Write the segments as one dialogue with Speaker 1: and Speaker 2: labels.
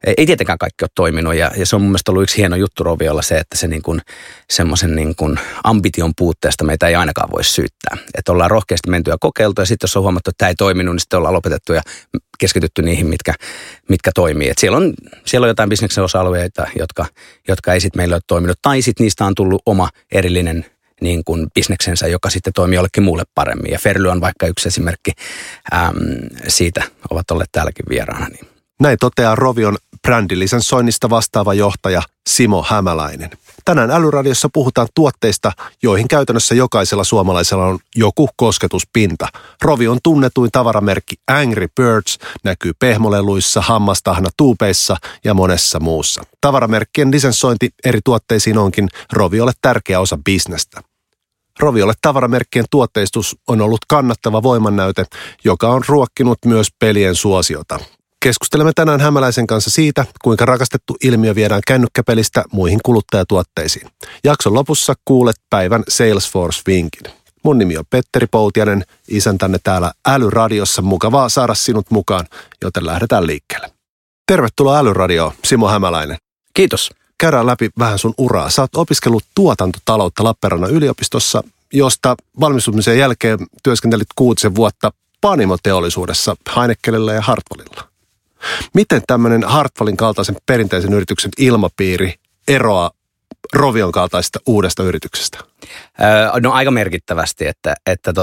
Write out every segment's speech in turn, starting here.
Speaker 1: ei tietenkään kaikki ole toiminut ja se on mun mielestä ollut yksi hieno juttu Roviolla se, että se niin kuin semmoisen niin kuin ambition puutteesta meitä ei ainakaan voi syyttää. Että ollaan rohkeasti menty ja kokeiltu ja sitten jos on huomattu, että tämä ei toiminut, niin sitten ollaan lopetettu ja keskitytty niihin, mitkä toimii. Et siellä on jotain bisneksen osa-alueita, jotka ei sitten meillä ole toiminut tai sitten niistä on tullut oma erillinen niin kuin bisneksensä, joka sitten toimii jollekin muulle paremmin. Ja Ferly on vaikka yksi esimerkki siitä, ovat olleet täälläkin vieraana. Niin.
Speaker 2: Näin toteaa Rovion brändilisensoinnista vastaava johtaja Simo Hämäläinen. Tänään Älyradiossa puhutaan tuotteista, joihin käytännössä jokaisella suomalaisella on joku kosketuspinta. Rovion tunnetuin tavaramerkki Angry Birds näkyy pehmoleluissa, hammastahna tuupeissa ja monessa muussa. Tavaramerkkien lisensointi eri tuotteisiin onkin Roviolle tärkeä osa bisnestä. Roviolle tavaramerkkien tuotteistus on ollut kannattava voimannäyte, joka on ruokkinut myös pelien suosiota. Keskustelemme tänään Hämäläisen kanssa siitä, kuinka rakastettu ilmiö viedään kännykkäpelistä muihin kuluttajatuotteisiin. Jakson lopussa kuulet päivän Salesforce-vinkin. Mun nimi on Petteri Poutianen, isäntänne täällä Älyradiossa. Mukavaa saada sinut mukaan, joten lähdetään liikkeelle. Tervetuloa Älyradioon, Simo Hämäläinen.
Speaker 1: Kiitos.
Speaker 2: Käydään läpi vähän sun uraa. Sä oot opiskellut tuotantotaloutta Lappeenrannan yliopistossa, josta valmistumisen jälkeen työskentelit 6 vuotta panimoteollisuudessa Heinekenillä ja Hartwallilla. Miten tämmöinen Hartwallin kaltaisen perinteisen yrityksen ilmapiiri eroaa Rovion kaltaisesta uudesta yrityksestä?
Speaker 1: No aika merkittävästi, että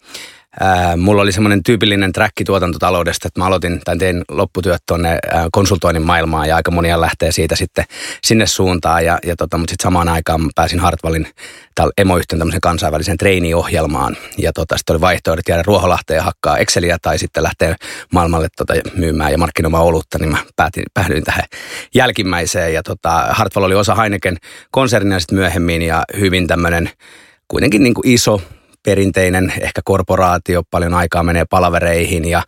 Speaker 1: mulla oli semmoinen tyypillinen träkki tuotantotaloudesta, että mä tein lopputyöt tuonne konsultoinnin maailmaan ja aika monia lähtee siitä sitten sinne suuntaan. Mutta sitten samaan aikaan mä pääsin Hartwallin emoyhtiön tämmöisen kansainvälisen trainee-ohjelmaan ja sitten oli vaihtoehdot jäädä Ruoholahteen ja hakkaa Exceliä tai sitten lähteä maailmalle myymään ja markkinoimaan olutta, niin mä päädyin tähän jälkimmäiseen ja Hartwall oli osa Heineken konsernia sitten myöhemmin ja hyvin tämmöinen kuitenkin niin kuin iso perinteinen ehkä korporaatio, paljon aikaa menee palavereihin ja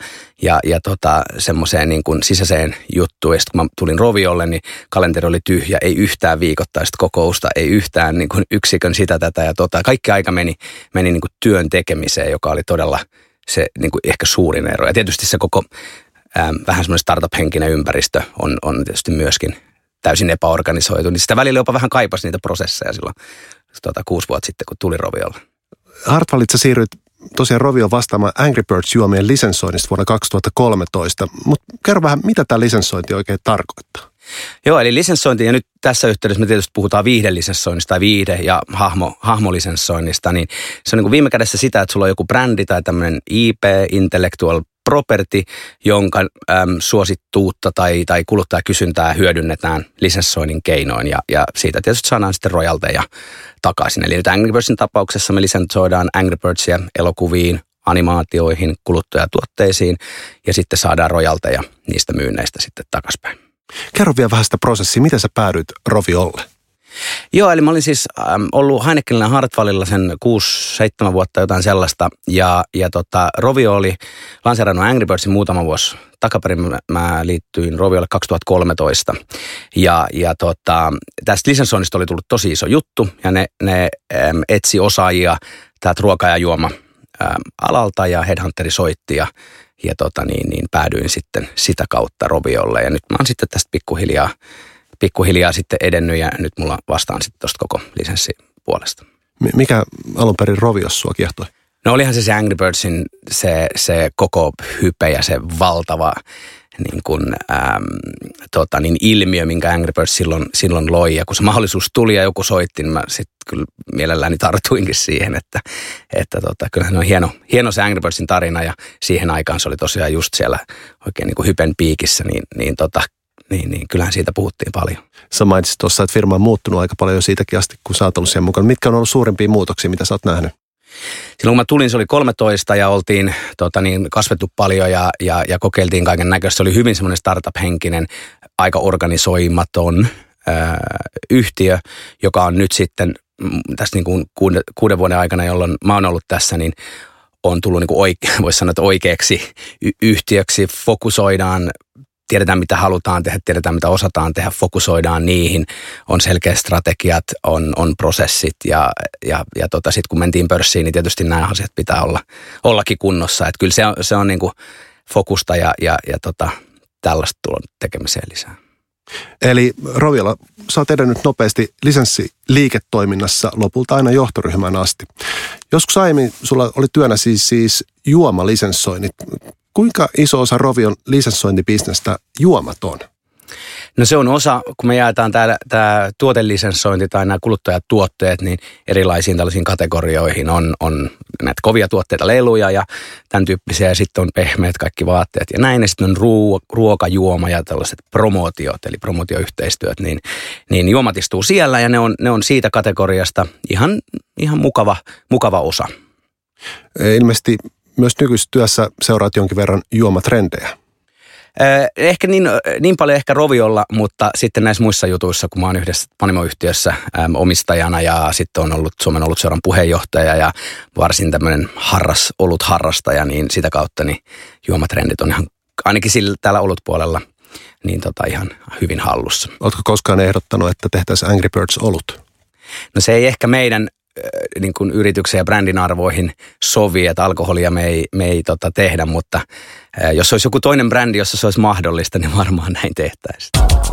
Speaker 1: semmoiseen niin kuin sisäiseen juttuun. Ja sitten kun mä tulin Roviolle, niin kalenteri oli tyhjä, ei yhtään viikoittaista kokousta, ei yhtään niin kuin yksikön sitä tätä ja kaikki aika meni niin kuin työn tekemiseen, joka oli todella se niin kuin ehkä suurin ero. Ja tietysti se koko vähän semmoinen startup-henkinen ympäristö on tietysti myöskin täysin epäorganisoitu, niin sitä välillä jopa vähän kaipasi niitä prosesseja silloin 6 vuotta sitten, kun tuli Roviolle.
Speaker 2: Hartwallit sä siirryit tosiaan Rovioon vastaamaan Angry Birds-juomien lisensoinnista vuonna 2013, mutta kerro vähän, mitä tämä lisensointi oikein tarkoittaa?
Speaker 1: Joo, eli lisensointi, ja nyt tässä yhteydessä me tietysti puhutaan viihdelisensoinnista tai viihde- ja hahmolisensoinnista, niin se on niin kuin viime kädessä sitä, että sulla on joku brändi tai tämmöinen IP, intellectual property, jonka suosittuutta tai kuluttajakysyntää hyödynnetään lisenssoinnin keinoin ja siitä tietysti saadaan sitten rojalteja takaisin. Eli nyt Angry Birdsin tapauksessa me lisensoidaan Angry Birdsia elokuviin, animaatioihin, kuluttajatuotteisiin ja sitten saadaan rojalteja niistä myynneistä sitten takaspäin.
Speaker 2: Kerro vielä vähän sitä prosessia, miten sä päädyit Roviolle?
Speaker 1: Joo, eli mä olin siis ollut Heinekenillä ja Hartwallilla sen 6-7 vuotta jotain sellaista ja Rovio oli lanseerannut Angry Birdsin muutama vuosi takaperin. Mä liittyin Roviolle 2013 ja tästä lisensoinnista oli tullut tosi iso juttu ja ne etsi osaajia täältä ruoka- ja juoma alalta ja Headhunteri soitti ja päädyin sitten sitä kautta Roviolle ja nyt mä oon sitten tästä pikkuhiljaa sitten edennyt ja nyt mulla vastaan sitten tuosta koko lisenssipuolesta.
Speaker 2: Mikä alun perin Roviossa sua kiehtoi?
Speaker 1: No olihan se Angry Birdsin se koko hype ja se valtava niin kuin, ilmiö, minkä Angry Birds silloin loi. Ja kun se mahdollisuus tuli ja joku soitti, niin mä sitten kyllä mielelläni tartuinkin siihen, että kyllähän on hieno se Angry Birdsin tarina ja siihen aikaan se oli tosiaan just siellä oikein niin kuin hypen piikissä, niin kyllähän siitä puhuttiin paljon.
Speaker 2: Sä mainitsit tuossa, että firma on muuttunut aika paljon jo siitäkin asti, kun sä oot ollut siellä mukana. Mitkä on ollut suurimpia muutoksia, mitä sä oot nähnyt?
Speaker 1: Silloin kun mä tulin, se oli 13 ja oltiin kasvettu paljon ja kokeiltiin kaiken näköistä. Se oli hyvin semmoinen startup-henkinen, aika organisoimaton yhtiö, joka on nyt sitten tässä niin kuin 6 vuoden aikana, jolloin mä oon ollut tässä, niin on tullut niin kuin voisi sanoa, että oikeaksi yhtiöksi, fokusoidaan. Tiedetään, mitä halutaan tehdä, tiedetään, mitä osataan tehdä, fokusoidaan niihin, on selkeät strategiat, on prosessit ja sitten kun mentiin pörssiin, niin tietysti nämä asiat pitää ollakin kunnossa. Että kyllä se on niin kuin fokusta ja tällaista tulon tekemiseen lisää.
Speaker 2: Eli Roviolla, sä oot edennyt nopeasti lisenssiliiketoiminnassa lopulta aina johtoryhmään asti. Joskus aiemmin sulla oli työnä siis juomalisenssoinnit. Kuinka iso osa Rovion lisenssointibisnestä juomat on?
Speaker 1: No se on osa, kun me jaetaan tämä tuotelisenssointi tai nämä kuluttajatuotteet, niin erilaisiin tällaisiin kategorioihin on näitä kovia tuotteita, leluja ja tämän tyyppisiä, ja sitten on pehmeät kaikki vaatteet ja näin, ja sitten on ruoka, juoma ja tällaiset promootiot, eli promootioyhteistyöt, niin juomat istuu siellä, ja ne on siitä kategoriasta ihan mukava osa.
Speaker 2: Ilmeisesti myös nykyisessä työssä seuraat jonkin verran juomatrendejä.
Speaker 1: Ehkä niin paljon ehkä Roviolla, mutta sitten näissä muissa jutuissa, kun mä oon yhdessä panimoyhtiössä omistajana ja sitten on ollut Suomen Olutseuran puheenjohtaja ja varsin tämmöinen olutharrastaja, niin sitä kautta niin juomatrendit on ihan, ainakin täällä olutpuolella, niin ihan hyvin hallussa.
Speaker 2: Ootko koskaan ehdottanut, että tehtäisiin Angry Birds olut?
Speaker 1: No se ei ehkä meidän niin kuin yrityksen ja brändin arvoihin sovi, että alkoholia me ei tehdä, mutta jos olisi joku toinen brändi, jossa se olisi mahdollista, niin varmaan näin tehtäisiin.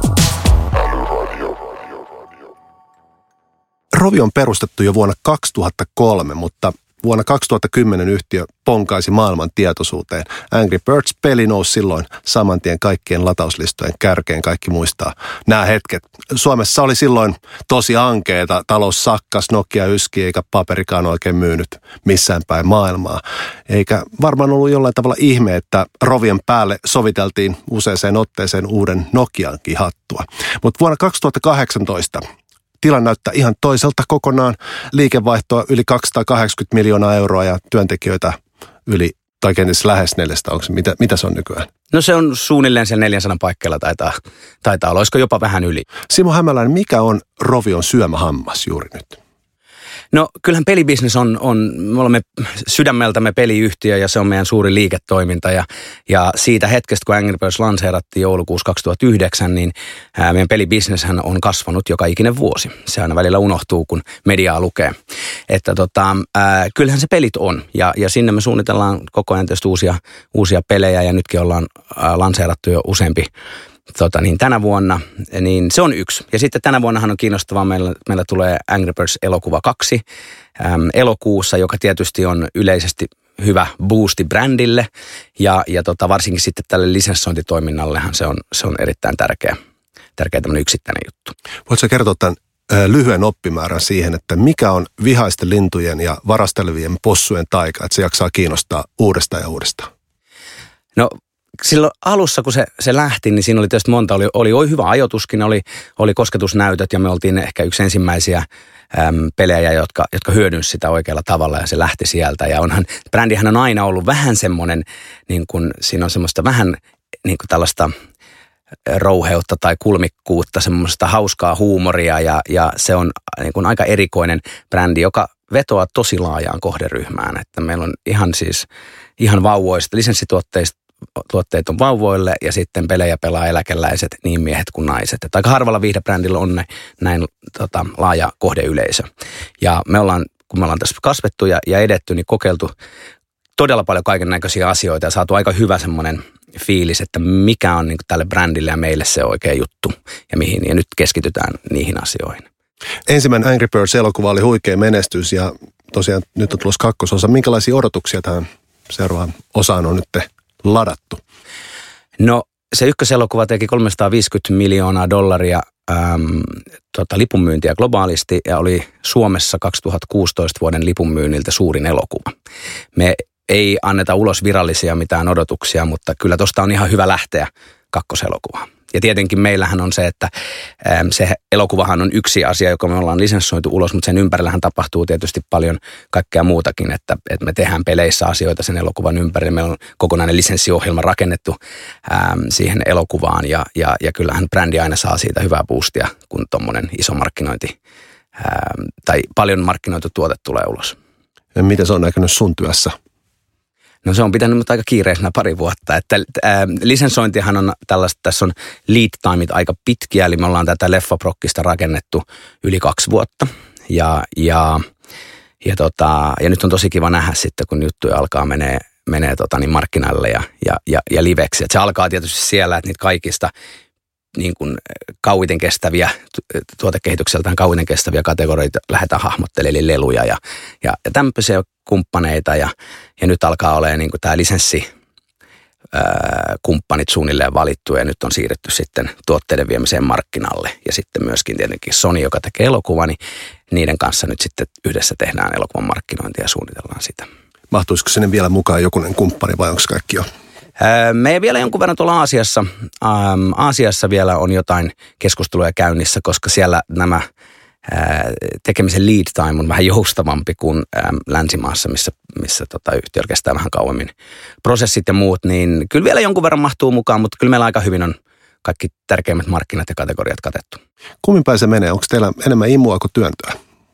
Speaker 2: Rovio on perustettu jo vuonna 2003, mutta vuonna 2010 yhtiö ponkaisi maailman tietoisuuteen. Angry Birds-peli nousi silloin saman tien kaikkien latauslistojen kärkeen, kaikki muistaa nämä hetket. Suomessa oli silloin tosi ankeeta, talous sakkas, Nokia yski eikä paperikaan oikein myynyt missään päin maailmaa. Eikä varmaan ollut jollain tavalla ihme, että Rovion päälle soviteltiin useaseen otteeseen uuden Nokiankin hattua. Mutta vuonna 2018 tilanne näyttää ihan toiselta kokonaan. Liikevaihtoa yli 280 miljoonaa euroa ja työntekijöitä yli, tai kenties lähes 400. Onko mitä se on nykyään?
Speaker 1: No se on suunnilleen sen 400 paikkeilla taitaa olla. Olisiko jopa vähän yli?
Speaker 2: Simo Hämäläinen, mikä on Rovion syömähammas juuri nyt?
Speaker 1: No kyllähän pelibisnes me olemme sydämeltämme peliyhtiö ja se on meidän suuri liiketoiminta ja siitä hetkestä, kun Angry Birds lanseerattiin joulukuussa 2009, niin meidän pelibisneshän on kasvanut joka ikinen vuosi. Se aina välillä unohtuu, kun mediaa lukee. Että kyllähän se pelit on ja sinne me suunnitellaan koko ajan tietysti uusia pelejä ja nytkin ollaan lanseerattu jo useampi tänä vuonna, niin se on yksi. Ja sitten tänä vuonnahan on kiinnostavaa, meillä tulee Angry Birds elokuva 2 elokuussa, joka tietysti on yleisesti hyvä boosti brändille ja varsinkin sitten tälle lisenssointitoiminnallehan se on erittäin tärkeä tämmöinen yksittäinen juttu.
Speaker 2: Voitko kertoa tämän lyhyen oppimäärän siihen, että mikä on vihaisten lintujen ja varastelevien possujen taika, että se jaksaa kiinnostaa uudestaan ja uudestaan?
Speaker 1: No silloin alussa, kun se lähti, niin siinä oli tietysti monta, oli hyvä ajoituskin, oli kosketusnäytöt ja me oltiin ehkä yksi ensimmäisiä pelejä, jotka hyödynsivät sitä oikealla tavalla ja se lähti sieltä. Ja brändihän on aina ollut vähän semmoinen, niin kuin siinä on semmoista vähän niin kuin tällaista rouheutta tai kulmikkuutta, semmoista hauskaa huumoria ja se on niin kuin aika erikoinen brändi, joka vetoaa tosi laajaan kohderyhmään. Että meillä on ihan vauvoista lisenssituotteet on vauvoille ja sitten pelejä pelaa eläkeläiset, niin miehet kuin naiset. Että aika harvalla viihdebrändillä on näin laaja kohdeyleisö. Ja kun me ollaan tässä kasvettu ja edetty, niin kokeiltu todella paljon kaiken näköisiä asioita ja saatu aika hyvä semmoinen fiilis, että mikä on niin kuin tälle brändille ja meille se oikea juttu ja mihin. Ja nyt keskitytään niihin asioihin.
Speaker 2: Ensimmäinen Angry Birds-elokuva oli huikea menestys ja tosiaan nyt on tulossa kakkososa. Minkälaisia odotuksia tähän seuraavaan osaan on nyt ladattu?
Speaker 1: No se ykköselokuva teki $350 miljoonaa lipunmyyntiä globaalisti ja oli Suomessa 2016 vuoden lipunmyynniltä suurin elokuva. Me ei anneta ulos virallisia mitään odotuksia, mutta kyllä tuosta on ihan hyvä lähteä kakkoselokuvaan. Ja tietenkin meillähän on se, että se elokuvahan on yksi asia, joka me ollaan lisenssoitu ulos, mutta sen ympärillähän tapahtuu tietysti paljon kaikkea muutakin, että me tehdään peleissä asioita sen elokuvan ympärillä. Meillä on kokonainen lisenssiohjelma rakennettu siihen elokuvaan ja kyllähän brändi aina saa siitä hyvää boostia, kun tommonen iso markkinointi tai paljon markkinoitu tuote tulee ulos.
Speaker 2: Ja miten se on näkynyt sun työssä?
Speaker 1: No se on pitänyt aika kiireisenä pari vuotta, että lisensointihan on tällaista, tässä on lead timeit aika pitkiä, eli me ollaan tätä leffaprokkista rakennettu yli 2 vuotta ja nyt on tosi kiva nähdä sitten, kun juttuja alkaa menee markkinalle ja liveksi. Et se alkaa tietysti siellä, että niitä kaikista niin kuin kauiten kestäviä, tuotekehitykseltään kauiten kestäviä kategorioita lähdetään hahmottelemaan, eli leluja ja tämmöisiä kumppaneita. Ja nyt alkaa olemaan niin kuin tämä kumppanit suunnilleen valittu ja nyt on siirretty sitten tuotteiden viemiseen markkinalle. Ja sitten myöskin tietenkin Sony, joka tekee elokuva, niin niiden kanssa nyt sitten yhdessä tehdään elokuvan markkinointia ja suunnitellaan sitä.
Speaker 2: Mahtuisiko sinne vielä mukaan jokunen kumppani vai onko kaikki jo?
Speaker 1: Me vielä jonkun verran tuolla Aasiassa. Aasiassa vielä on jotain keskusteluja käynnissä, koska siellä nämä tekemisen lead time on vähän joustavampi kuin länsimaassa, missä yhtiöllä kestää vähän kauemmin prosessit ja muut, niin kyllä vielä jonkun verran mahtuu mukaan, mutta kyllä meillä aika hyvin on kaikki tärkeimmät markkinat ja kategoriat katettu.
Speaker 2: Kummin päin se menee? Onko teillä enemmän imua kuin työntöä?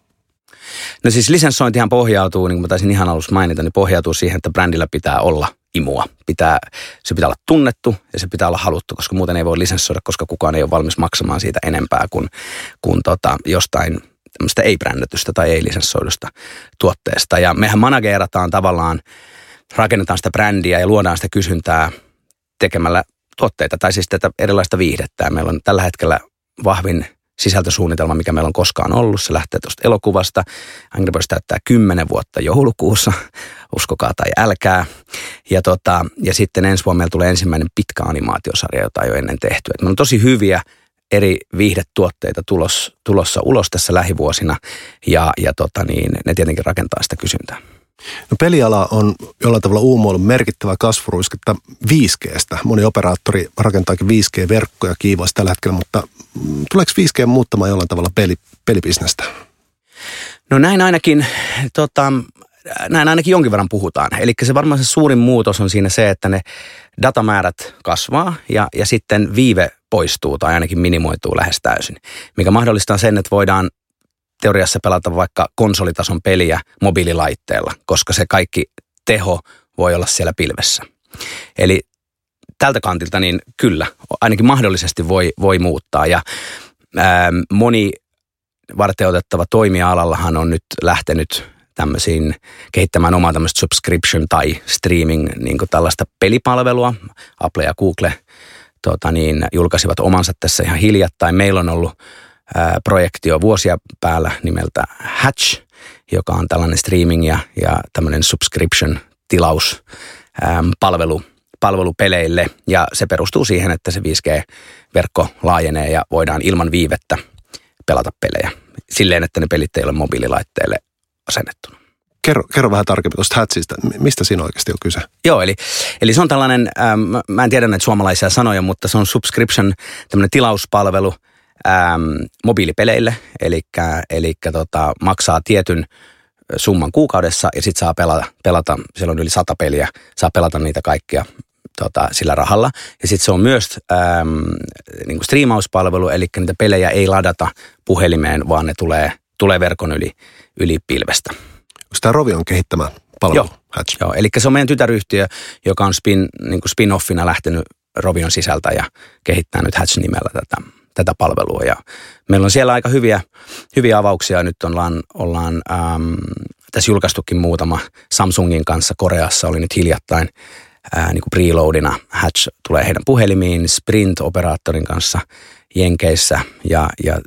Speaker 1: No siis lisenssointihan pohjautuu, niin kuin mä taisin ihan alussa mainita, niin pohjautuu siihen, että brändillä pitää olla imua. Se pitää olla tunnettu ja se pitää olla haluttu, koska muuten ei voi lisenssoida, koska kukaan ei ole valmis maksamaan siitä enempää kuin jostain tämmöistä ei-brändätystä tai ei-lisenssoidusta tuotteesta. Ja mehän manageerataan tavallaan, rakennetaan sitä brändiä ja luodaan sitä kysyntää tekemällä tuotteita tai siis tätä erilaista viihdettä. Meillä on tällä hetkellä vahvin sisältösuunnitelma, mikä meillä on koskaan ollut. Se lähtee tuosta elokuvasta. Angry Birds täyttää 10 vuotta joulukuussa, uskokaa tai älkää. Ja sitten ensi vuonna meillä tulee ensimmäinen pitkä animaatiosarja, jota ei ole ennen tehty. Et meillä on tosi hyviä eri viihdetuotteita tulossa ulos tässä lähivuosina ja ne tietenkin rakentaa sitä kysyntää.
Speaker 2: No peliala on jollain tavalla uumoillut merkittävää kasvuruisketta 5G:stä. Moni operaattori rakentaakin 5G-verkkoja kiivaasti tällä hetkellä, mutta tuleeko 5G muuttamaan jollain tavalla pelibisnestä?
Speaker 1: No näin ainakin jonkin verran puhutaan. Eli se varmaan se suurin muutos on siinä se, että ne datamäärät kasvaa ja sitten viive poistuu tai ainakin minimoituu lähes täysin, mikä mahdollistaa sen, että voidaan teoriassa pelata vaikka konsolitason peliä mobiililaitteella, koska se kaikki teho voi olla siellä pilvessä. Eli tältä kantilta niin kyllä, ainakin mahdollisesti voi muuttaa. Ja moni varteenotettava toimija-alallahan on nyt lähtenyt tämmöisiin kehittämään omaa tämmöistä subscription tai streaming niin kuin tällaista pelipalvelua. Apple ja Google julkaisivat omansa tässä ihan hiljattain. Meillä on ollut projekti jo vuosia päällä nimeltä Hatch, joka on tällainen streaming ja tämmöinen subscription-tilaus palvelu peleille. Ja se perustuu siihen, että se 5G-verkko laajenee ja voidaan ilman viivettä pelata pelejä. Silleen, että ne pelit ei ole mobiililaitteelle asennettuna.
Speaker 2: Kerro vähän tarkemmin tuosta Hatchista. Mistä siinä oikeasti on kyse?
Speaker 1: Joo, eli se on tällainen, mä en tiedä näitä suomalaisia sanoja, mutta se on subscription, tämmöinen tilauspalvelu mobiilipeleille, eli maksaa tietyn summan kuukaudessa ja sitten saa pelata, siellä on yli 100 peliä, saa pelata niitä kaikkia sillä rahalla. Ja sitten se on myös niin kuin striimauspalvelu, eli niitä pelejä ei ladata puhelimeen, vaan ne tulee verkon yli pilvestä.
Speaker 2: Onko tämä Rovion kehittämä palvelu?
Speaker 1: Joo, eli se on meidän tytäryhtiö, joka on spin-offina lähtenyt Rovion sisältä ja kehittää nyt Hatch-nimellä tätä palvelua. Ja meillä on siellä aika hyviä avauksia. Nyt ollaan tässä julkaistukin muutama Samsungin kanssa Koreassa. Oli nyt hiljattain niin kuin preloadina. Hatch tulee heidän puhelimiin Sprint-operaattorin kanssa Jenkeissä ja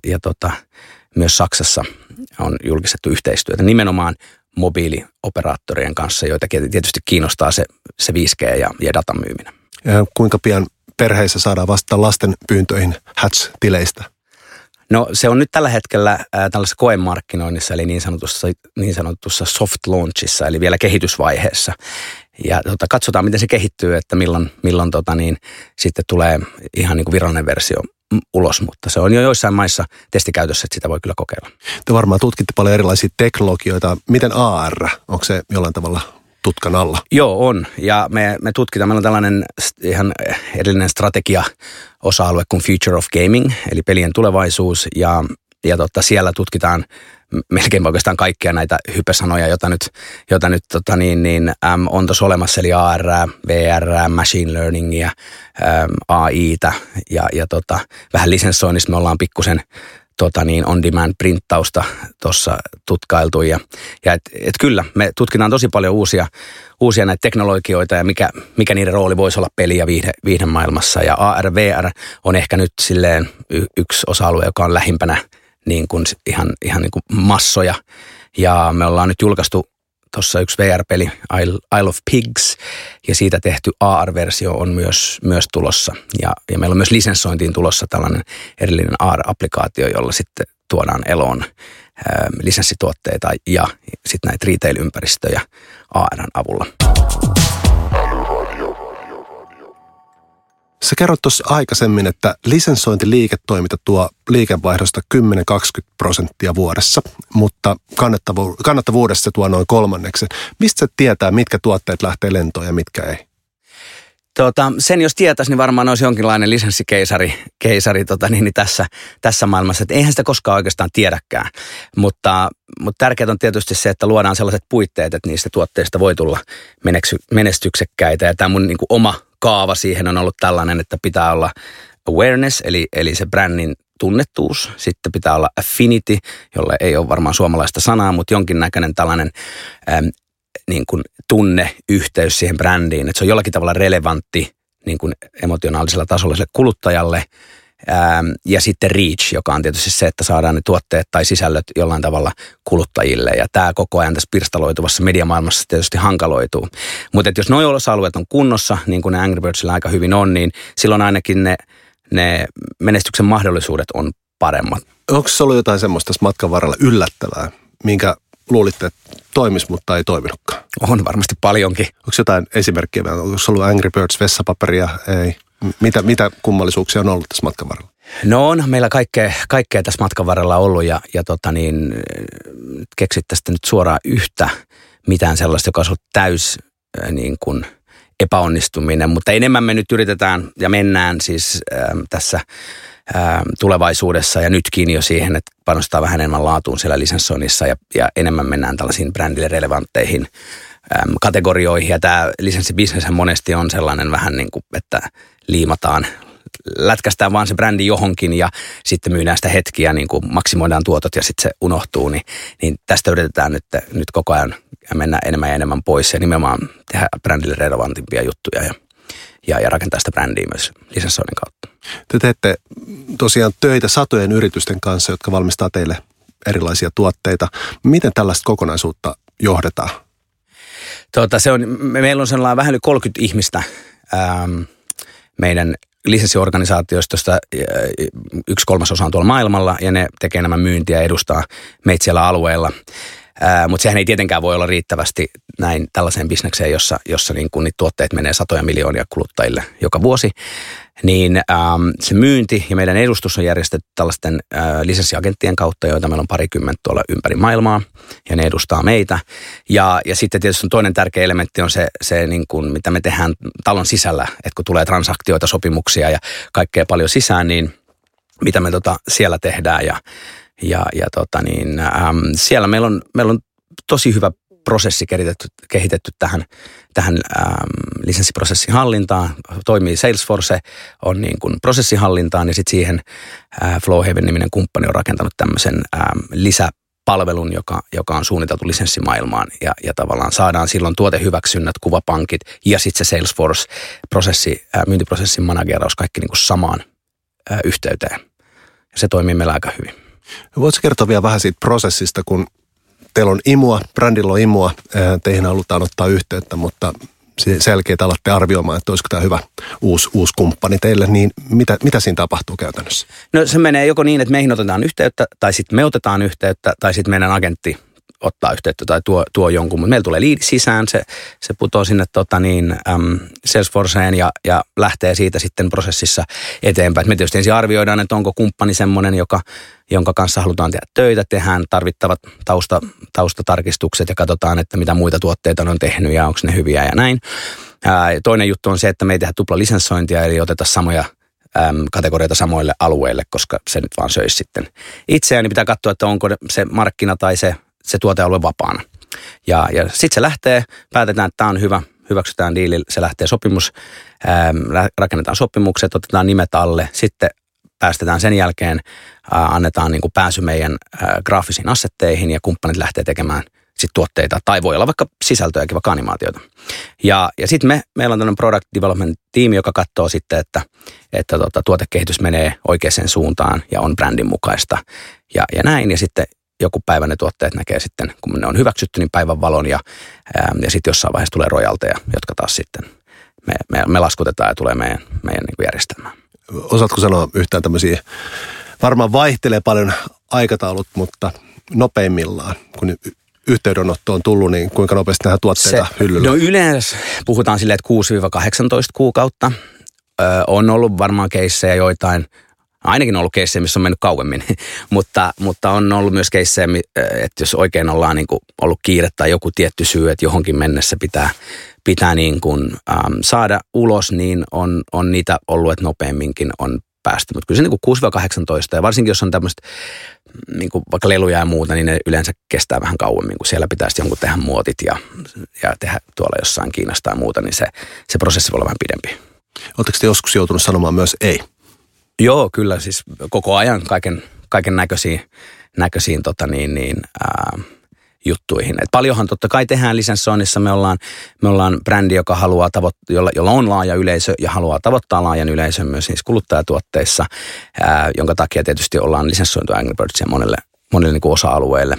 Speaker 1: myös Saksassa on julkistettu yhteistyötä nimenomaan mobiilioperaattorien kanssa, joita tietysti kiinnostaa se 5G ja datan myyminen.
Speaker 2: Ja kuinka pian perheissä saadaan vastata lasten pyyntöihin Hatch-tileistä?
Speaker 1: No se on nyt tällä hetkellä tällaisessa koemarkkinoinnissa, eli niin sanotussa soft launchissa, eli vielä kehitysvaiheessa. Ja katsotaan, miten se kehittyy, että milloin sitten tulee ihan niin kuin virallinen versio ulos, mutta se on jo joissain maissa testikäytössä, että sitä voi kyllä kokeilla.
Speaker 2: Te varmaan tutkitte paljon erilaisia teknologioita. Miten AR, onko se jollain tavalla tutkan alla?
Speaker 1: Joo, on. Ja me tutkitaan, meillä on tällainen ihan erillinen strategia-osa-alue kuin Future of Gaming, eli pelien tulevaisuus, ja siellä tutkitaan melkein oikeastaan kaikkia näitä hypesanoja, jota nyt on tuossa olemassa, eli AR, VR, machine learningia, AI:tä ja vähän lisenssoinnissa me ollaan pikkusen on-demand-printtausta tuossa tutkailtu. Ja et kyllä, me tutkitaan tosi paljon uusia näitä teknologioita ja mikä niiden rooli voisi olla peli- ja viihdemaailmassa. Ja AR, VR on ehkä nyt silleen yksi osa-alue, joka on lähimpänä niin kuin ihan niin kuin massoja. Ja me ollaan nyt julkaistu tuossa yksi VR-peli, Isle of Pigs, ja siitä tehty AR-versio on myös tulossa. Ja meillä on myös lisenssointiin tulossa tällainen erillinen AR-applikaatio, jolla sitten tuodaan eloon lisenssituotteita ja sitten näitä retail-ympäristöjä AR:n avulla.
Speaker 2: Sä kerrot tuossa aikaisemmin, että lisenssointiliiketoiminta tuo liikevaihdosta 10-20% vuodessa, mutta kannattavuudessa se tuo noin kolmanneksen. Mistä sä tietää, mitkä tuotteet lähtee lentoon ja mitkä ei?
Speaker 1: Sen jos tietäisi, niin varmaan olisi jonkinlainen lisenssikeisari tässä maailmassa. Et eihän sitä koskaan oikeastaan tiedäkään, mutta tärkeää on tietysti se, että luodaan sellaiset puitteet, että niistä tuotteista voi tulla menestyksekkäitä. Ja tämä mun niin kuin oma kaava siihen on ollut tällainen, että pitää olla awareness, eli se brändin tunnettuus. Sitten pitää olla affinity, jolle ei ole varmaan suomalaista sanaa, mutta jonkinnäköinen tällainen niin kuin tunneyhteys siihen brändiin, että se on jollakin tavalla relevantti niin kuin emotionaalisella tasolla sille kuluttajalle. Ja sitten reach, joka on tietysti se, että saadaan ne tuotteet tai sisällöt jollain tavalla kuluttajille. Ja tämä koko ajan tässä pirstaloituvassa mediamaailmassa tietysti hankaloituu. Mutta jos nuo osa-alueet on kunnossa, niin kuin ne Angry Birdsillä aika hyvin on, niin silloin ainakin ne menestyksen mahdollisuudet on paremmat.
Speaker 2: Onko se ollut jotain semmoista matkan varrella yllättävää, minkä luulitte, että toimisi, mutta ei toiminutkaan?
Speaker 1: On varmasti paljonkin.
Speaker 2: Onko jotain esimerkkiä? Onko se ollut Angry Birds vessapaperia? Ei. Mitä kummallisuuksia on ollut tässä matkan varrella?
Speaker 1: No on meillä kaikkea tässä matkan varrella ollut ja keksittäisiin nyt suoraan yhtä mitään sellaista, joka on ollut täys niin kuin epäonnistuminen, mutta enemmän me nyt yritetään ja mennään siis tässä tulevaisuudessa ja nytkin jo siihen, että panostaa vähän enemmän laatuun siellä lisenssoinnissa ja enemmän mennään tällaisiin brändille relevantteihin kategorioihin. Ja tämä lisenssibisnes monesti on sellainen vähän niin kuin, että liimataan, lätkästään vaan se brändi johonkin ja sitten myydään sitä hetkiä, niin kuin maksimoidaan tuotot ja sitten se unohtuu. Niin tästä yritetään nyt koko ajan mennä enemmän ja enemmän pois ja nimenomaan tehdä brändille relevantimpia juttuja ja rakentaa sitä brändiä myös lisenssoinnin kautta.
Speaker 2: Te teette tosiaan töitä satojen yritysten kanssa, jotka valmistaa teille erilaisia tuotteita. Miten tällaista kokonaisuutta johdetaan?
Speaker 1: Meillä on sellainen vähän yli 30 ihmistä meidän lisenssiorganisaatioista, 1/3 on tuolla maailmalla ja ne tekee nämä myyntiä ja edustaa meitä siellä alueella. Mutta sehän ei tietenkään voi olla riittävästi näin tällaiseen bisnekseen, jossa niin kun niitä tuotteet menee satoja miljoonia kuluttajille joka vuosi. Niin se myynti ja meidän edustus on järjestetty tällaisten lisenssiagenttien kautta, joita meillä on parikymmentä tuolla ympäri maailmaa ja ne edustaa meitä. Ja sitten tietysti toinen tärkeä elementti on se niin kuin, mitä me tehdään talon sisällä, että kun tulee transaktioita, sopimuksia ja kaikkea paljon sisään, niin mitä me siellä tehdään siellä meillä on tosi hyvä prosessi kehitetty tähän lisenssiprosessin hallintaan. Toimii Salesforce, on niin kuin prosessihallintaan ja sitten siihen Flowhaven-niminen kumppani on rakentanut tämmöisen lisäpalvelun, joka on suunniteltu lisenssimaailmaan ja tavallaan saadaan silloin tuotehyväksynnät, kuvapankit ja sitten se Salesforce-prosessi, myyntiprosessin manageraus kaikki niin kuin samaan yhteyteen. Ja se toimii meillä aika hyvin.
Speaker 2: Voitko kertoa vielä vähän siitä prosessista, kun teillä on imua, brändillä on imua, teihin halutaan ottaa yhteyttä, mutta selkeät alatte arvioimaan, että olisiko tämä hyvä uusi kumppani teille, niin mitä siinä tapahtuu käytännössä? No
Speaker 1: se menee joko niin, että meihin otetaan yhteyttä, tai sitten me otetaan yhteyttä, tai sitten meidän agentti ottaa yhteyttä tai tuo jonkun, mutta meillä tulee liidi sisään, se putoo sinne Salesforceen ja lähtee siitä sitten prosessissa eteenpäin. Me tietysti ensin arvioidaan, että onko kumppani semmoinen, jonka kanssa halutaan tehdä töitä, tehdään tarvittavat taustatarkistukset ja katsotaan, että mitä muita tuotteita on tehnyt ja onko ne hyviä ja näin. Toinen juttu on se, että me ei tehdä tupla lisenssointia, eli oteta samoja kategorioita samoille alueille, koska se nyt vaan söisi sitten itseään, niin pitää katsoa, että onko se markkina tai se tuotealue vapaana. Ja sitten se lähtee, päätetään, että tämä on hyvä, hyväksytään diili, se lähtee sopimus, rakennetaan sopimukset, otetaan nimet alle, sitten päästetään sen jälkeen, annetaan niin kuin pääsy meidän graafisiin assetteihin ja kumppanit lähtee tekemään sit tuotteita, tai voi olla vaikka sisältöjäkin, vaikka animaatioita. Ja sitten meillä on tämmöinen product development tiimi, joka katsoo sitten, että tuotekehitys menee oikeaan suuntaan ja on brändin mukaista ja näin. Ja sitten joku päivä ne tuotteet näkee sitten, kun ne on hyväksytty, niin päivän valon ja sitten jossain vaiheessa tulee rojalteja, jotka taas sitten me laskutetaan ja tulee meidän niin kuin järjestelmään.
Speaker 2: Osaatko sanoa yhtään tämmöisiä, varmaan vaihtelee paljon aikataulut, mutta nopeimmillaan, kun yhteydenotto on tullut, niin kuinka nopeasti nähdään tuotteita hyllyllä? No
Speaker 1: yleensä puhutaan silleen, että 6-18 kuukautta. On ollut varmaan keissejä joitain, ainakin on ollut keissejä, missä on mennyt kauemmin, mutta on ollut myös keissejä, että jos oikein ollaan niin kuin ollut kiire tai joku tietty syy, että johonkin mennessä pitää niin kuin, saada ulos, niin on niitä ollut, että nopeamminkin on päästy. Mutta kyllä se niin kuin 6-18 ja varsinkin jos on tämmöistä niin kuin vaikka leluja ja muuta, niin ne yleensä kestää vähän kauemmin, kun siellä pitäisi jonkun tehdä muotit ja tehdä tuolla jossain Kiinasta tai muuta, niin se prosessi voi olla vähän pidempi.
Speaker 2: Oletteko te joskus joutunut sanomaan myös ei?
Speaker 1: Joo, kyllä siis koko ajan kaiken näköisiin juttuihin. Et paljonhan totta kai tehdään lisenssoinnissa. Me ollaan brändi, joka haluaa jolla on laaja yleisö ja haluaa tavoittaa laajan yleisön myös niissä kuluttajatuotteissa, jonka takia tietysti ollaan lisenssointu Angry Birdsia monille niin kuin osa-alueille.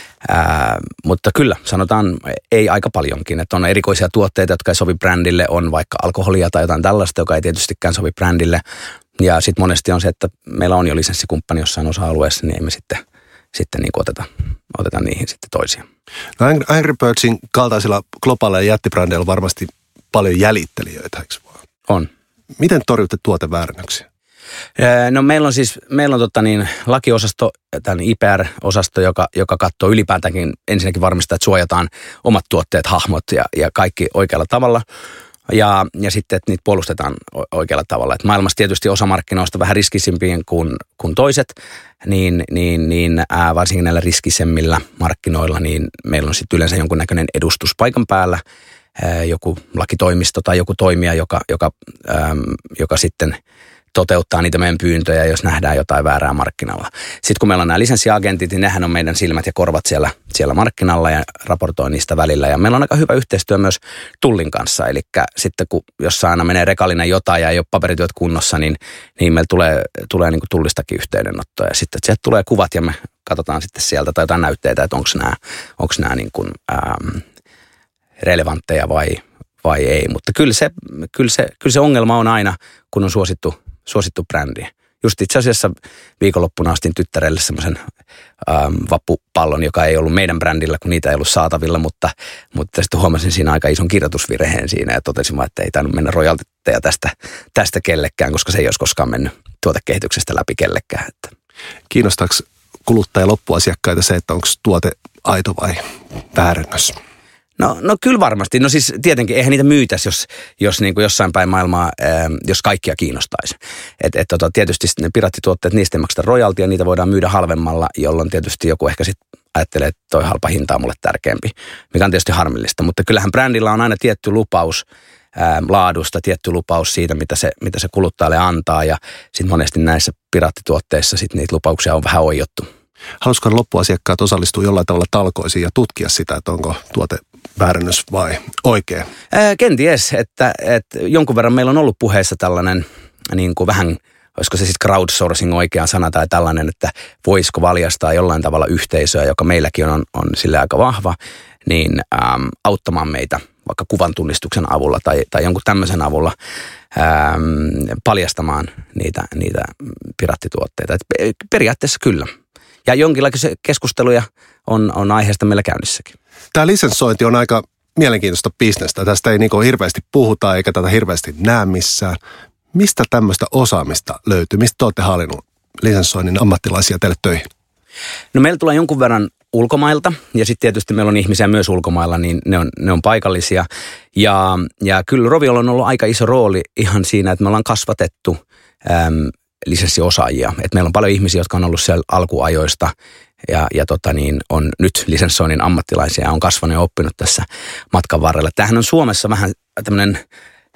Speaker 1: Mutta kyllä, sanotaan ei aika paljonkin, että on erikoisia tuotteita, jotka ei sovi brändille, on vaikka alkoholia tai jotain tällaista, joka ei tietystikään sovi brändille. Ja sitten monesti on se, että meillä on jo lisenssikumppani jossain osa-alueessa, niin ei me sitten niin kuin oteta niihin sitten toisia.
Speaker 2: No Angry Birdsin kaltaisilla globaaleilla jättibrändeillä on varmasti paljon jäljittelijöitä, eikö vaan?
Speaker 1: On.
Speaker 2: Miten torjutte tuoteväärennöksiä?
Speaker 1: No meillä on lakiosasto, tämän IPR-osasto, joka katsoo ylipäätäänkin ensinnäkin varmistaa, että suojataan omat tuotteet, hahmot ja kaikki oikealla tavalla. Ja sitten, että niitä puolustetaan oikealla tavalla. Et maailmassa tietysti osa markkinoista vähän riskisimpiä kuin toiset, niin varsinkin näillä riskisemmillä markkinoilla, niin meillä on sitten yleensä jonkunnäköinen edustus paikan päällä, joku lakitoimisto tai joku toimija, joka sitten toteuttaa niitä meidän pyyntöjä, jos nähdään jotain väärää markkinalla. Sitten kun meillä on nämä lisenssiagentit, niin nehän on meidän silmät ja korvat siellä markkinalla ja raportoi niistä välillä. Ja meillä on aika hyvä yhteistyö myös Tullin kanssa. Eli sitten kun jossain aina menee rekallinen jotain ja ei ole paperityöt kunnossa, niin meillä tulee niin kuin Tullistakin yhteydenottoja. Ja sitten sieltä tulee kuvat ja me katsotaan sitten sieltä tai jotain näytteitä, että onko nämä niin kuin, relevantteja vai ei. Mutta kyllä se ongelma on aina, kun on suosittu brändi. Just itse asiassa viikonloppuna astin tyttärelle semmoisen vappupallon, joka ei ollut meidän brändillä, kun niitä ei ollut saatavilla, mutta sitten huomasin siinä aika ison kirjoitusvirheen siinä ja totesin, että ei tainnut mennä rojalteja tästä kellekään, koska se ei olisi koskaan mennyt tuotekehityksestä läpi kellekään.
Speaker 2: Kiinnostaako kuluttaja loppuasiakkaita se, että onko tuote aito vai väärennös?
Speaker 1: No kyllä varmasti. No siis tietenkin eihän niitä myytäisi, jos niin kuin jossain päin maailmaa, jos kaikkia kiinnostaisi. Tietysti ne piraattituotteet, niistä ei makseta royaltia, niitä voidaan myydä halvemmalla, jolloin tietysti joku ehkä sitten ajattelee, että toi halpa hinta on mulle tärkeämpi, mikä on tietysti harmillista. Mutta kyllähän brändillä on aina tietty lupaus laadusta, tietty lupaus siitä, mitä se kuluttajalle antaa. Ja sitten monesti näissä piraattituotteissa sitten niitä lupauksia on vähän oijottu.
Speaker 2: Haluaisiko loppuasiakkaat osallistua jollain tavalla talkoisiin ja tutkia sitä, että onko tuote väärennös vai oikea?
Speaker 1: Kenties, että jonkun verran meillä on ollut puheessa tällainen niin kuin vähän, olisiko se sitten crowdsourcing oikea sana tai tällainen, että voisiko valjastaa jollain tavalla yhteisöä, joka meilläkin on sille aika vahva, niin auttamaan meitä vaikka kuvan tunnistuksen avulla tai jonkun tämmöisen avulla paljastamaan niitä piraattituotteita. Et periaatteessa kyllä. Ja jonkinlaisia keskusteluja on aiheesta meillä käynnissäkin.
Speaker 2: Tämä lisenssointi on aika mielenkiintoista bisnestä. Tästä ei niin hirveästi puhuta eikä tätä hirveästi näe missään. Mistä tämmöistä osaamista löytyy? Mistä te olette hallinnut lisenssoinnin ammattilaisia teille töihin?
Speaker 1: No meillä tulee jonkun verran ulkomailta ja sitten tietysti meillä on ihmisiä myös ulkomailla, niin ne on paikallisia. Ja kyllä Roviolla on ollut aika iso rooli ihan siinä, että me ollaan kasvatettu lisenssiosaajia. Et meillä on paljon ihmisiä, jotka on ollut siellä alkuajoista ja on nyt lisenssoinnin ammattilaisia ja on kasvanut ja oppinut tässä matkan varrella. Tämähän on Suomessa vähän tämmöinen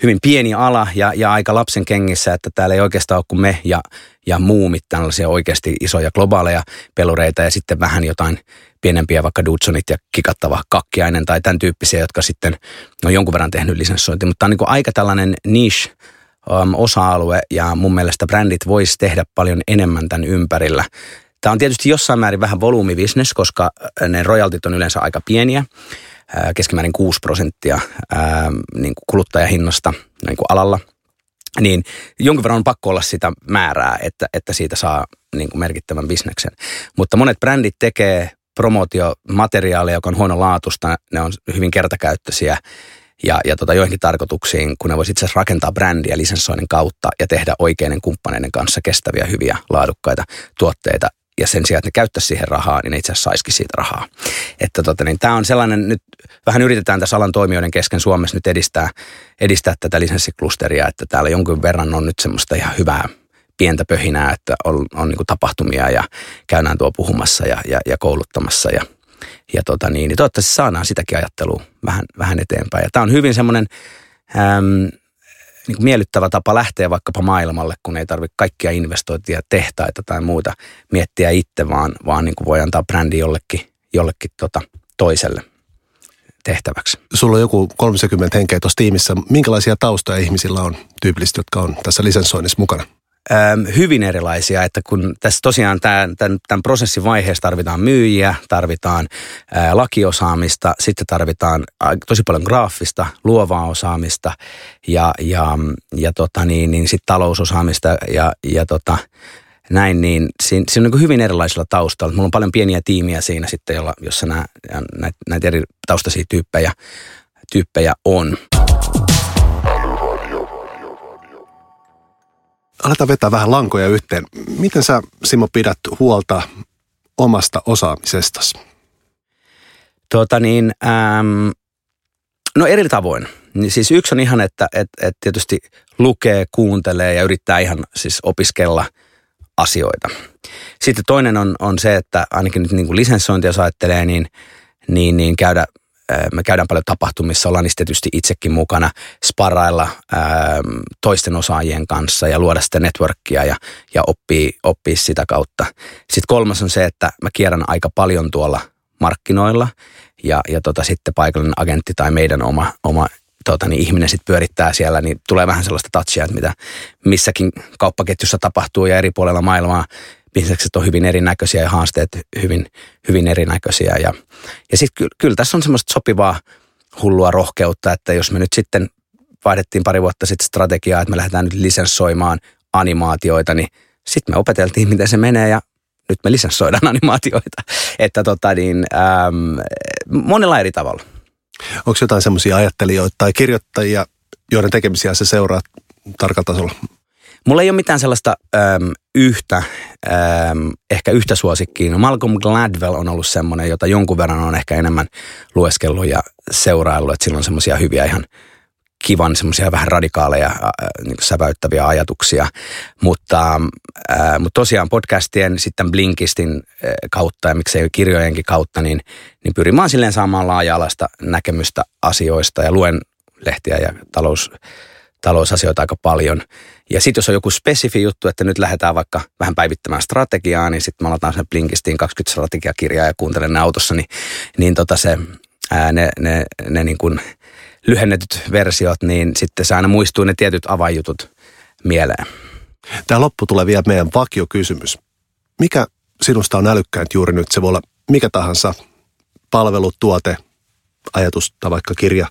Speaker 1: hyvin pieni ala ja aika lapsen kengissä, että täällä ei oikeastaan ole kuin me ja muumit, tällaisia oikeasti isoja globaaleja pelureita ja sitten vähän jotain pienempiä, vaikka Dudsonit ja Kikattava Kakkiainen tai tämän tyyppisiä, jotka sitten on jonkun verran tehnyt lisenssointia. Mutta tämä on niin kuin aika tällainen niche osa-alue ja mun mielestä brändit vois tehdä paljon enemmän tämän ympärillä. Tämä on tietysti jossain määrin vähän volyymibisnes, koska ne royaltit on yleensä aika pieniä, keskimäärin 6% niin kuin kuluttajahinnasta niin kuin alalla. Niin jonkin verran on pakko olla sitä määrää, että siitä saa niin kuin merkittävän bisneksen. Mutta monet brändit tekee promootiomateriaalia, joka on huonolaatuista, ne on hyvin kertakäyttöisiä ja joihinkin tarkoituksiin, kun ne voisi itse asiassa rakentaa brändiä lisenssoinnin kautta ja tehdä oikeiden kumppaneiden kanssa kestäviä, hyviä, laadukkaita tuotteita. Ja sen sijaan, että ne käyttäisi siihen rahaa, niin ne itse asiassa saisikin siitä rahaa. Että niin tämä on sellainen, nyt vähän yritetään tässä alan toimijoiden kesken Suomessa nyt edistää tätä lisenssiklusteria, että täällä jonkin verran on nyt semmoista ihan hyvää pientä pöhinää, että on niin kuin tapahtumia ja käydään tuo puhumassa ja kouluttamassa ja toivottavasti saadaan sitäkin ajattelua vähän eteenpäin. Ja tämä on hyvin semmoinen niin kuin miellyttävä tapa lähteä vaikkapa maailmalle, kun ei tarvitse kaikkia investointia, tehtaita tai muuta miettiä itse, vaan niin kuin voi antaa brändi jollekin toiselle tehtäväksi.
Speaker 2: Sulla on joku 30 henkeä tuossa tiimissä. Minkälaisia taustoja ihmisillä on tyypillisesti, jotka on tässä lisenssoinnissa mukana?
Speaker 1: Hyvin erilaisia, että kun tässä tosiaan tämän prosessin vaiheessa tarvitaan myyjiä, tarvitaan lakiosaamista, sitten tarvitaan tosi paljon graafista, luovaa osaamista ja sitten talousosaamista ja näin, niin siinä on niin hyvin erilaisilla taustalla. Mulla on paljon pieniä tiimiä siinä sitten, jossa näitä eri taustaisia tyyppejä on.
Speaker 2: Aletaan vetää vähän lankoja yhteen. Miten sä, Simo, pidät huolta omasta osaamisestasi?
Speaker 1: No eri tavoin. Siis yksi on ihan, että tietysti lukee, kuuntelee ja yrittää ihan siis opiskella asioita. Sitten toinen on se, että ainakin nyt niin kuin lisenssointia jos ajattelee, niin me käydään paljon tapahtumissa, ollaan niistä tietysti itsekin mukana, sparrailla toisten osaajien kanssa ja luoda sitä networkia ja oppia sitä kautta. Sitten kolmas on se, että mä kierrän aika paljon tuolla markkinoilla ja sitten paikallinen agentti tai meidän oma ihminen sitten pyörittää siellä, niin tulee vähän sellaista touchia, että mitä missäkin kauppaketjussa tapahtuu ja eri puolella maailmaa. Bisnekset on hyvin erinäköisiä ja haasteet hyvin erinäköisiä. Ja sitten kyllä tässä on semmoista sopivaa hullua rohkeutta, että jos me nyt sitten vaihdettiin pari vuotta sitten strategiaa, että me lähdetään nyt lisenssoimaan animaatioita, niin sitten me opeteltiin, miten se menee ja nyt me lisenssoidaan animaatioita. Että monella eri tavalla.
Speaker 2: Onko jotain semmoisia ajattelijoita tai kirjoittajia, joiden tekemisiä se seuraa tarkalla tasolla?
Speaker 1: Mulla ei ole mitään sellaista ehkä yhtä suosikkiä. No Malcolm Gladwell on ollut semmoinen, jota jonkun verran on ehkä enemmän lueskellut ja seuraillut, että sillä on semmoisia hyviä ihan kivan, semmoisia vähän radikaaleja niin säväyttäviä ajatuksia. Mutta tosiaan podcastien, sitten Blinkistin kautta ja miksei kirjojenkin kautta, niin pyrin vaan silleen saamaan laaja-alaista näkemystä asioista ja luen lehtiä ja talousasioita aika paljon. Ja sitten jos on joku spesifi juttu, että nyt lähdetään vaikka vähän päivittämään strategiaa, niin sitten mä aloitan sen Blinkistiin 20 strategiakirjaa ja kuuntelen ne autossa, ne niin kuin lyhennetyt versiot, niin sitten se aina muistuu ne tietyt avainjutut mieleen.
Speaker 2: Tämä loppu tulee vielä meidän vakiokysymys. Mikä sinusta on älykkäintä juuri nyt? Se voi olla mikä tahansa palvelu, tuote, ajatus tai vaikka kirja.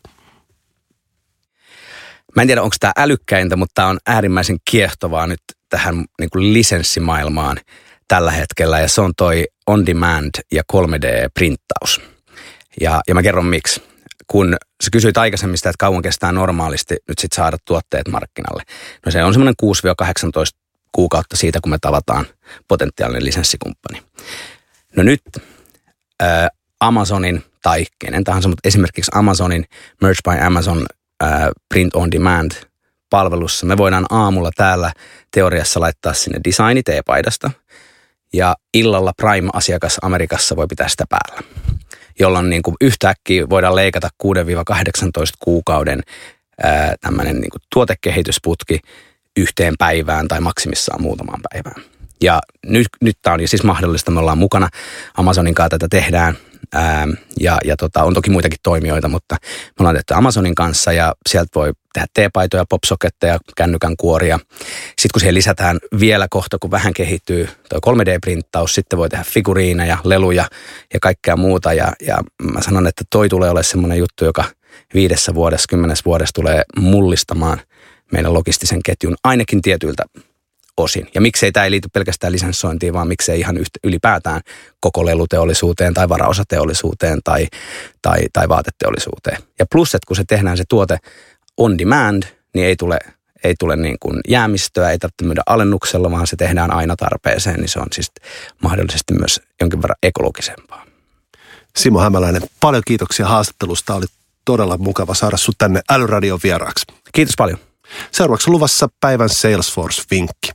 Speaker 1: Mä en tiedä, onko tämä älykkäintä, mutta tämä on äärimmäisen kiehtovaa nyt tähän niin kuin lisenssimaailmaan tällä hetkellä. Ja se on toi on-demand ja 3D-printtaus. Ja mä kerron miksi. Kun sä kysyit aikaisemmista, että kauan kestää normaalisti nyt sit saada tuotteet markkinalle. No se on semmoinen 6-18 kuukautta siitä, kun me tavataan potentiaalinen lisenssikumppani. No nyt Amazonin tai kenen tahansa, mutta esimerkiksi Amazonin Merch by Amazon Print on Demand -palvelussa me voidaan aamulla täällä teoriassa laittaa sinne designi teepaidasta ja illalla Prime-asiakas Amerikassa voi pitää sitä päällä, jolloin niin kuin yhtäkkiä voidaan leikata 6-18 kuukauden tämmöinen niin kuin tuotekehitysputki yhteen päivään tai maksimissaan muutamaan päivään. Ja nyt tämä on siis mahdollista, me ollaan mukana Amazonin kanssa tätä tehdään ja on toki muitakin toimijoita, mutta me ollaan tehty Amazonin kanssa ja sieltä voi tehdä teepaitoja, popsoketteja, kännykän kuoria. Sitten kun siihen lisätään vielä kohta, kun vähän kehittyy tuo 3D-printtaus, sitten voi tehdä figuriineja, leluja ja kaikkea muuta ja mä sanon, että toi tulee olemaan semmoinen juttu, joka 5 vuodessa, 10 vuodessa tulee mullistamaan meidän logistisen ketjun ainakin tietyiltä osin. Ja miksei tämä ei liity pelkästään lisensointiin, vaan miksei ihan ylipäätään koko leluteollisuuteen tai varaosateollisuuteen tai vaateteollisuuteen. Ja plus, että kun se tehdään se tuote on demand, niin ei tule niin kuin jäämistöä, ei tarvitse myydä alennuksella, vaan se tehdään aina tarpeeseen, niin se on siis mahdollisesti myös jonkin verran ekologisempaa.
Speaker 2: Simo Hämäläinen, paljon kiitoksia haastattelusta. Oli todella mukava saada sut tänne Älyradion vieraaksi.
Speaker 1: Kiitos paljon.
Speaker 2: Seuraavaksi luvassa päivän Salesforce-vinkki.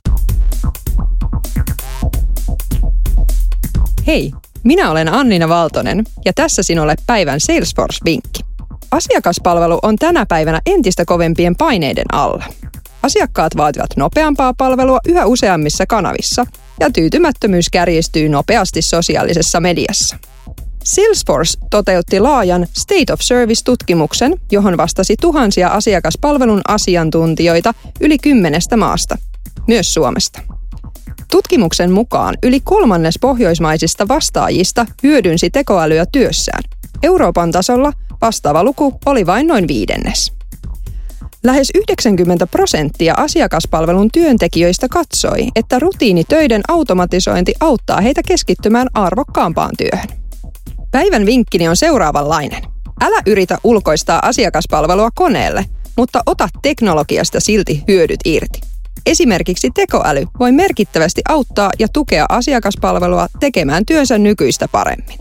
Speaker 3: Hei, minä olen Annina Valtonen ja tässä sinulle päivän Salesforce-vinkki. Asiakaspalvelu on tänä päivänä entistä kovempien paineiden alla. Asiakkaat vaativat nopeampaa palvelua yhä useammissa kanavissa ja tyytymättömyys kärjistyy nopeasti sosiaalisessa mediassa. Salesforce toteutti laajan State of Service-tutkimuksen, johon vastasi tuhansia asiakaspalvelun asiantuntijoita yli 10 maasta, myös Suomesta. Tutkimuksen mukaan yli 1/3 pohjoismaisista vastaajista hyödynsi tekoälyä työssään. Euroopan tasolla vastaava luku oli vain noin 1/5. Lähes 90% asiakaspalvelun työntekijöistä katsoi, että rutiinitöiden automatisointi auttaa heitä keskittymään arvokkaampaan työhön. Päivän vinkkini on seuraavanlainen. Älä yritä ulkoistaa asiakaspalvelua koneelle, mutta ota teknologiasta silti hyödyt irti. Esimerkiksi tekoäly voi merkittävästi auttaa ja tukea asiakaspalvelua tekemään työnsä nykyistä paremmin.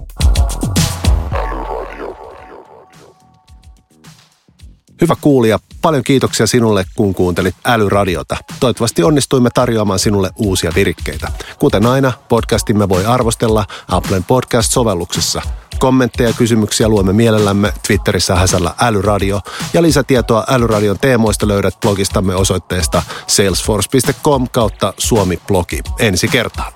Speaker 2: Hyvä kuulija, paljon kiitoksia sinulle, kun kuuntelit Älyradiota. Toivottavasti onnistuimme tarjoamaan sinulle uusia virikkeitä. Kuten aina, podcastimme voi arvostella Applen podcast-sovelluksessa. Kommentteja ja kysymyksiä luemme mielellämme Twitterissä häsällä Älyradio ja lisätietoa Älyradion teemoista löydät blogistamme osoitteesta salesforce.com/Suomi-blogi. Ensi kertaan.